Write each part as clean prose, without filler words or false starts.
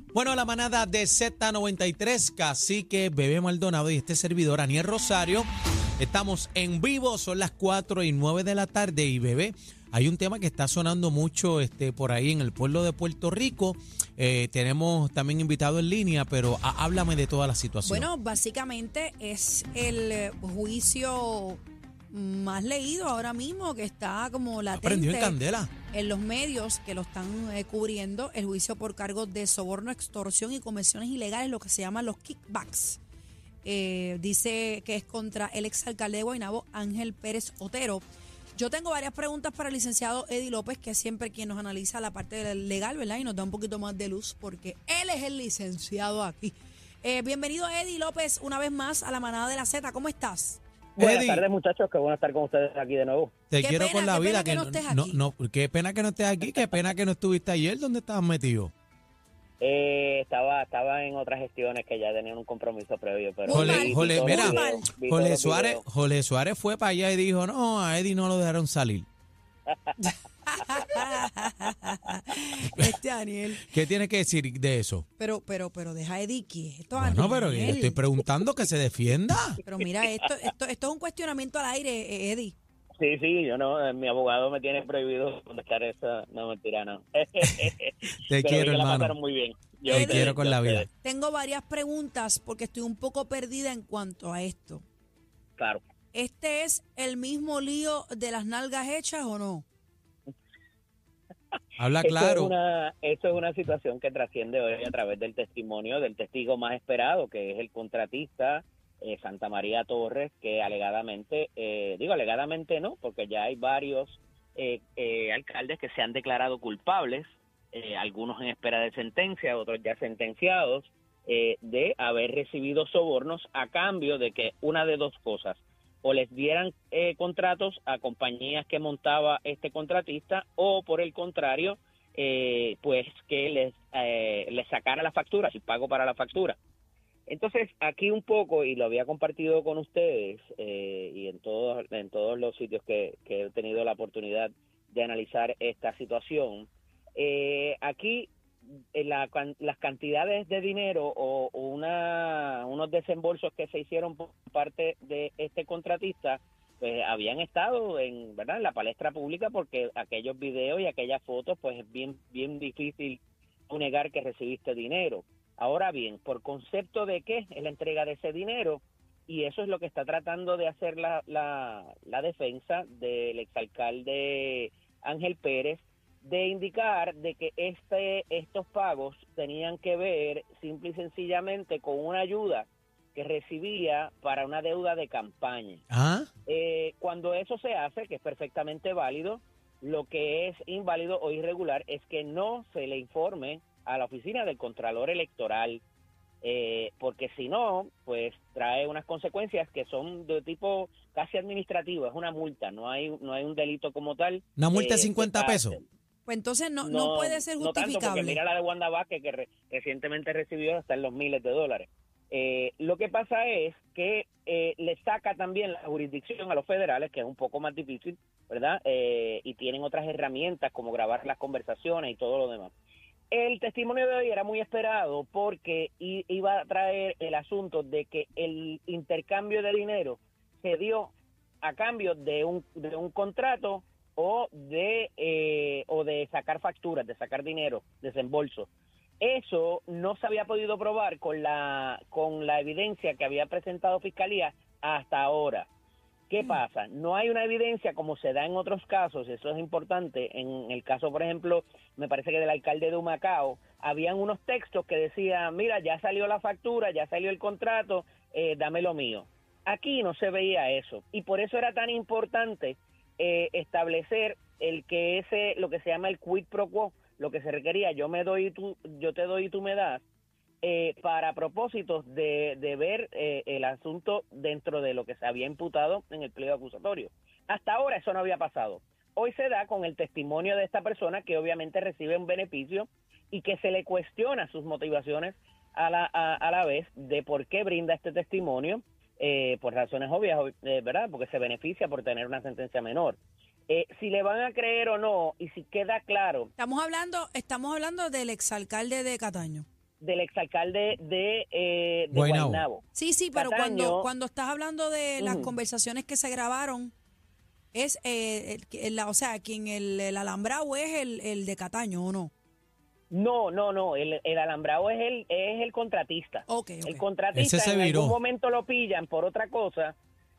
Bueno, la manada de Z93, Cacique, Bebé Maldonado y este servidor, Aniel Rosario. Estamos en vivo, son las 4:09 de la tarde y Bebé, hay un tema que está sonando mucho por ahí en el pueblo de Puerto Rico. Tenemos también invitado en línea, pero háblame de toda la situación. Bueno, básicamente es el juicio más leído ahora mismo, que está como Prendió en latente candela. en los medios que lo están cubriendo, el juicio por cargos de soborno, extorsión y comisiones ilegales, lo que se llaman los kickbacks. Dice que es contra el exalcalde de Guaynabo, Ángel Pérez Otero. Yo tengo varias preguntas para el licenciado Eddie López, que es siempre quien nos analiza la parte legal, ¿verdad? Y nos da un poquito más de luz, porque él es el licenciado aquí. Bienvenido, Eddie López, una vez más a la manada de la Z. ¿Cómo estás? Buenas Eddie, tardes, muchachos, qué bueno estar con ustedes aquí de nuevo. te Qué quiero pena, con la qué vida. pena que no estés aquí. Qué pena que no estés aquí, qué pena que no estuviste ayer. ¿Dónde estabas metido? Estaba en otras gestiones que ya tenían un compromiso previo, pero Muy mal, vi Jole, todos mira, los videos, vi todos los videos. Jole Suárez fue para allá y dijo, no, a Eddie no lo dejaron salir. Daniel. ¿Qué tienes que decir de eso? Pero deja a Eddie quieto, Bueno, pero yo Daniel. estoy preguntando que se defienda. Pero mira, esto es un cuestionamiento al aire, Eddie. Sí, yo no, mi abogado me tiene prohibido contestar eso, no, mentira, no. Te Pero vi quiero, que la hermano. pasaron muy bien. Te Eddie, quiero con la vida. Tengo varias preguntas porque estoy un poco perdida en cuanto a esto. Claro. ¿Este es el mismo lío de las nalgas hechas o no? Habla claro. Esto es una situación que trasciende hoy a través del testimonio del testigo más esperado, que es el contratista Santa María Torres, que alegadamente, alegadamente no, porque ya hay varios alcaldes que se han declarado culpables, algunos en espera de sentencia, otros ya sentenciados, de haber recibido sobornos a cambio de que una de dos cosas: o les dieran contratos a compañías que montaba este contratista, o por el contrario, pues que les sacara la factura, si pago para la factura. Entonces, aquí un poco, y lo había compartido con ustedes, y en todos los sitios que he tenido la oportunidad de analizar esta situación, aquí las cantidades de dinero o unos desembolsos que se hicieron por parte de este contratista, pues habían estado en la palestra pública, porque aquellos videos y aquellas fotos, pues es bien difícil negar que recibiste dinero. Ahora bien, ¿por concepto de qué es la entrega de ese dinero? Y eso es lo que está tratando de hacer la defensa del exalcalde Ángel Pérez, de indicar de que estos pagos tenían que ver simple y sencillamente con una ayuda que recibía para una deuda de campaña. ¿Ah? Cuando eso se hace, que es perfectamente válido, lo que es inválido o irregular es que no se le informe a la oficina del Contralor Electoral, porque si no, pues trae unas consecuencias que son de tipo casi administrativo, es una multa, no hay un delito como tal. Una multa de 50 pesos. Pues entonces no puede ser No tanto, porque justificable. mira la de Wanda Vázquez, que recientemente recibió hasta en los miles de dólares. Lo que pasa es que le saca también la jurisdicción a los federales, que es un poco más difícil, ¿verdad? Y tienen otras herramientas como grabar las conversaciones y todo lo demás. El testimonio de hoy era muy esperado porque iba a traer el asunto de que el intercambio de dinero se dio a cambio de un contrato o de sacar facturas, de sacar dinero, desembolso. Eso no se había podido probar con la evidencia que había presentado Fiscalía hasta ahora. ¿Qué pasa? No hay una evidencia como se da en otros casos, eso es importante. En el caso, por ejemplo, me parece que del alcalde de Humacao, habían unos textos que decían, mira, ya salió la factura, ya salió el contrato, dame lo mío. Aquí no se veía eso, y por eso era tan importante establecer lo que se llama el quid pro quo, lo que se requería, yo te doy y tú me das, para propósitos de ver el asunto dentro de lo que se había imputado en el pliego acusatorio. Hasta ahora eso no había pasado. Hoy se da con el testimonio de esta persona, que obviamente recibe un beneficio y que se le cuestiona sus motivaciones a la vez de por qué brinda este testimonio, por razones obvias, ¿verdad? Porque se beneficia por tener una sentencia menor. Si le van a creer o no, y si queda claro. Estamos hablando del exalcalde de Cataño. del exalcalde de Guaynabo. Guaynabo. Sí, pero Cataño. cuando estás hablando de las Ujú. conversaciones que se grabaron, es, o sea, quien el alambrado es el de Cataño, ¿o no? No, el alambrado es el contratista. Ok. El contratista Ese se en viró. algún momento lo pillan por otra cosa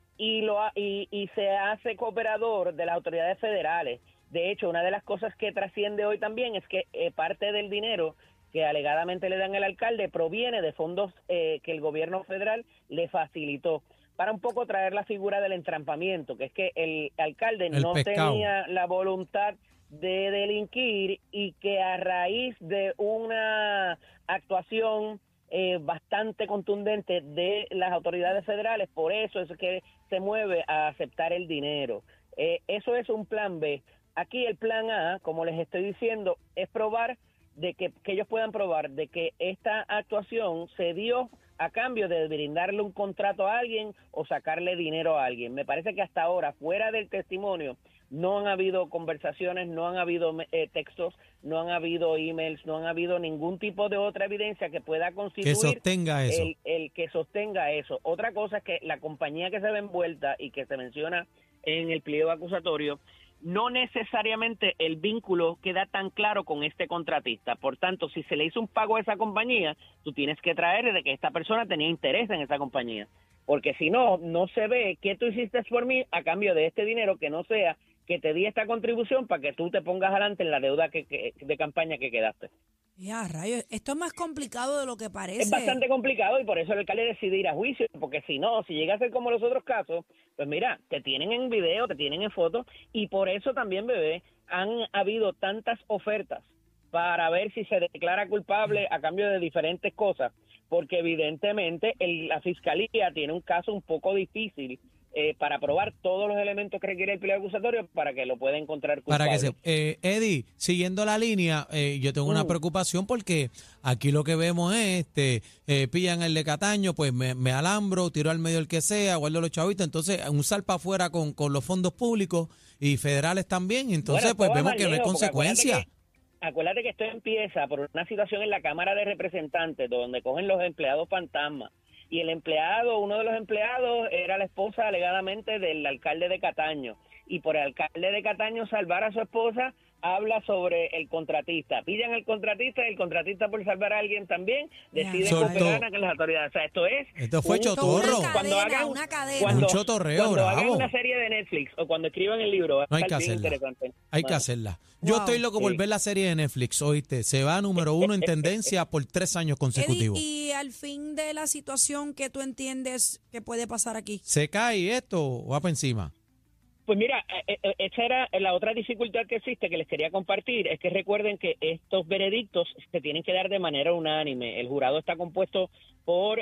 y se hace cooperador de las autoridades federales. De hecho, una de las cosas que trasciende hoy también es que parte del dinero que alegadamente le dan al alcalde proviene de fondos que el gobierno federal le facilitó para un poco traer la figura del entrampamiento, que es que el alcalde El no pescado. tenía la voluntad de delinquir y que a raíz de una actuación bastante contundente de las autoridades federales, por eso es que se mueve a aceptar el dinero. Eso es un plan B. Aquí el plan A, como les estoy diciendo, es probar de que ellos puedan probar de que esta actuación se dio a cambio de brindarle un contrato a alguien o sacarle dinero a alguien. Me parece que hasta ahora, fuera del testimonio, no han habido conversaciones, no han habido textos, no han habido emails, no han habido ningún tipo de otra evidencia que pueda constituir Que sostenga eso. el que sostenga eso. Otra cosa es que la compañía que se ve envuelta y que se menciona en el pliego acusatorio, no necesariamente el vínculo queda tan claro con este contratista. Por tanto, si se le hizo un pago a esa compañía, tú tienes que traer de que esta persona tenía interés en esa compañía. Porque si no, no se ve qué tú hiciste por mí a cambio de este dinero, que no sea que te di esta contribución para que tú te pongas adelante en la deuda de campaña que quedaste. Ya, rayos, esto es más complicado de lo que parece. Es bastante complicado y por eso el alcalde decide ir a juicio, porque si no, si llega a ser como los otros casos, pues mira, te tienen en video, te tienen en fotos, y por eso también, bebé, han habido tantas ofertas para ver si se declara culpable a cambio de diferentes cosas, porque evidentemente la fiscalía tiene un caso un poco difícil para probar todos los elementos que requiere el pliego acusatorio para que lo pueda encontrar culpable. Para que se, Eddie, siguiendo la línea, yo tengo una preocupación porque aquí lo que vemos es, pillan el de Cataño, pues me alambro, tiro al medio el que sea, guardo los chavitos, entonces un salpa afuera con los fondos públicos y federales también, entonces Bueno, pues esto va vemos más que no hay lejos, porque consecuencias. Acuérdate que esto empieza por una situación en la Cámara de Representantes donde cogen los empleados fantasmas y uno de los empleados era la esposa alegadamente del alcalde de Cataño y por el alcalde de Cataño salvar a su esposa habla sobre el contratista. Pillan al contratista y el contratista por salvar a alguien también decide Soltó. cooperar con las autoridades. O sea, Esto fue un- chotorro. Una cadena. Cuando, Un chotorreo cuando bravo. hagan una serie de Netflix o cuando escriban el libro, va a No hay estar que bien hacerla. interesante. Hay que Bueno. hacerla. Yo Wow. estoy loco por Sí. ver la serie de Netflix, oíste. Se va a número 1 en tendencia por 3 años Eddie, consecutivos. y al fin de la situación que tú entiendes que puede pasar aquí. ¿Se cae esto o va para encima? Pues mira, esa era la otra dificultad que existe que les quería compartir, es que recuerden que estos veredictos se tienen que dar de manera unánime. El jurado está compuesto por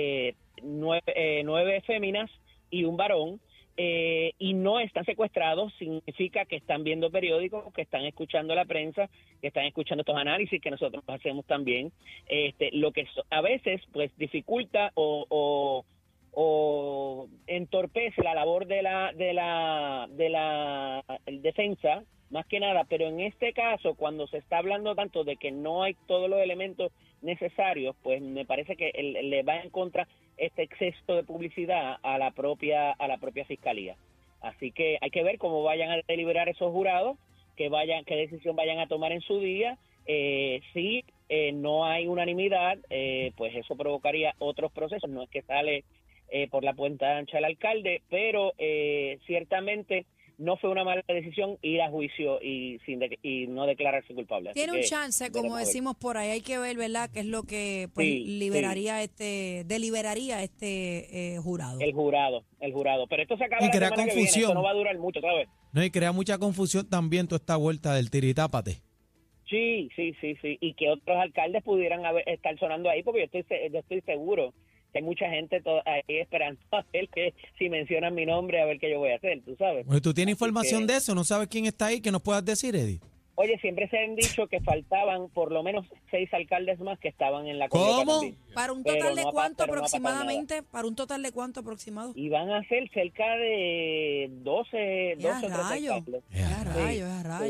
9 féminas y un varón, y no están secuestrados, significa que están viendo periódicos, que están escuchando la prensa, que están escuchando estos análisis que nosotros hacemos también. Lo que a veces pues dificulta o entorpece la labor de la defensa, más que nada, pero en este caso, cuando se está hablando tanto de que no hay todos los elementos necesarios, pues me parece que le va en contra este exceso de publicidad a la propia fiscalía. Así que hay que ver cómo vayan a deliberar esos jurados, qué decisión vayan a tomar en su día. Si no hay unanimidad, pues eso provocaría otros procesos. No es que sale por la puerta ancha del alcalde, pero ciertamente no fue una mala decisión ir a juicio y no declararse culpable. Así Tiene un que chance, veremos como a ver. decimos por ahí, hay que ver, ¿verdad?, qué es lo que pues Sí, deliberaría este jurado. El jurado. Pero esto se acaba Y la crea semana que viene, confusión. esto no va a durar mucho, ¿sabes? No, y crea mucha confusión también toda esta vuelta del tiritápate. Sí, y que otros alcaldes pudieran estar sonando ahí, porque yo estoy seguro que hay mucha gente ahí esperando a ver que si mencionan mi nombre, a ver qué yo voy a hacer, tú sabes. Oye, ¿tú tienes Así información que- de eso? ¿No sabes quién está ahí? ¿Qué nos puedas decir, Eddie? Oye, siempre se han dicho que faltaban por lo menos 6 alcaldes más que estaban en la ¿Cómo? convocatoria. ¿Para un Pero total de no ha cuánto pero no ha pasado aproximadamente? ¿Para un total de cuánto aproximado? Y van a ser cerca de 12 Ya 13 rayo, alcaldes. ya Ya rayo, ya Sí, rayo.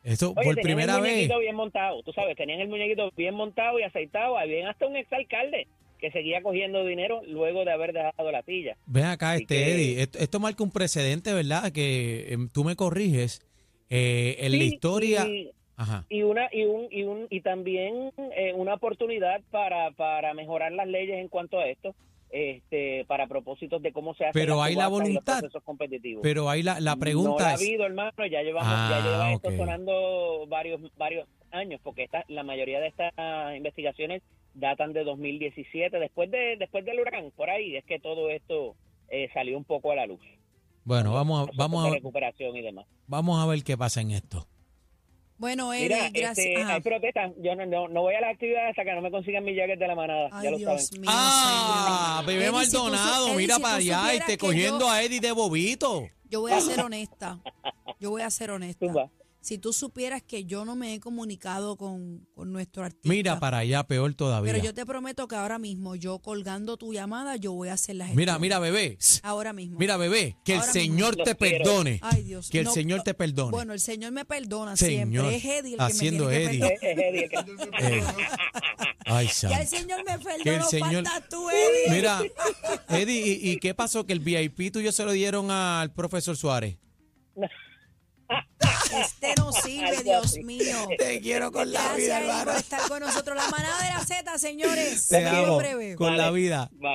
Eso Oye, por tenían primera el vez. muñequito bien montado, tú sabes, tenían el muñequito bien montado y aceitado. Había hasta un exalcalde que seguía cogiendo dinero luego de haber dejado la silla. Ven acá, Así que- Eddie, esto marca un precedente, ¿verdad? Que tú me corriges. En la Sí, historia. Ajá. y también una oportunidad para mejorar las leyes en cuanto a esto, para propósitos de cómo se hace Pero hay la voluntad. los procesos competitivos. Pero ahí la pregunta no la ha es. habido, hermano, ya lleva esto ok. sonando varios años, porque la mayoría de estas investigaciones datan de 2017, después del huracán, por ahí es que todo esto salió un poco a la luz. Bueno, Procesos vamos de a, recuperación y demás. vamos a ver qué pasa en esto. Bueno, Eddie, Mira, gracias. Ajá. hay protestas. Yo no voy a las actividades hasta que no me consigan mi jacket de la manada. Ay, ya lo Dios saben. mío, Ah, señor. bebé Eddie, si tú Maldonado, Eddie, mira si para tú allá y supieras te que cogiendo a Eddie de bobito. yo voy a ser honesta. Yo voy a ser honesta. Zumba. Si tú supieras que yo no me he comunicado con nuestro artista. Mira para allá, peor todavía. Pero yo te prometo que ahora mismo, yo colgando tu llamada, yo voy a hacer la gestión. Mira, bebé. Ahora mismo. Mira, bebé, que el Ahora Señor mismo. te Los quiero. perdone. Ay, Dios. Que el no, Señor te perdone. Bueno, el Señor me perdona Señor, siempre. Es Eddie el que haciendo me tiene que Eddie. perdonar. Eddie, Eh, Ay, Ya santo. el Señor me perdonó, Que el Señor- falta tú, Eddie. Mira, Eddie, ¿y qué pasó? Que el VIP tuyo se lo dieron al profesor Suárez. Este no sirve, Algo Dios así. mío. Te quiero con la Gracias, vida, Eddie, por hermano. estar con nosotros. La manada de la Z, señores. Te Seguimos amo breve. con la vida. Bye.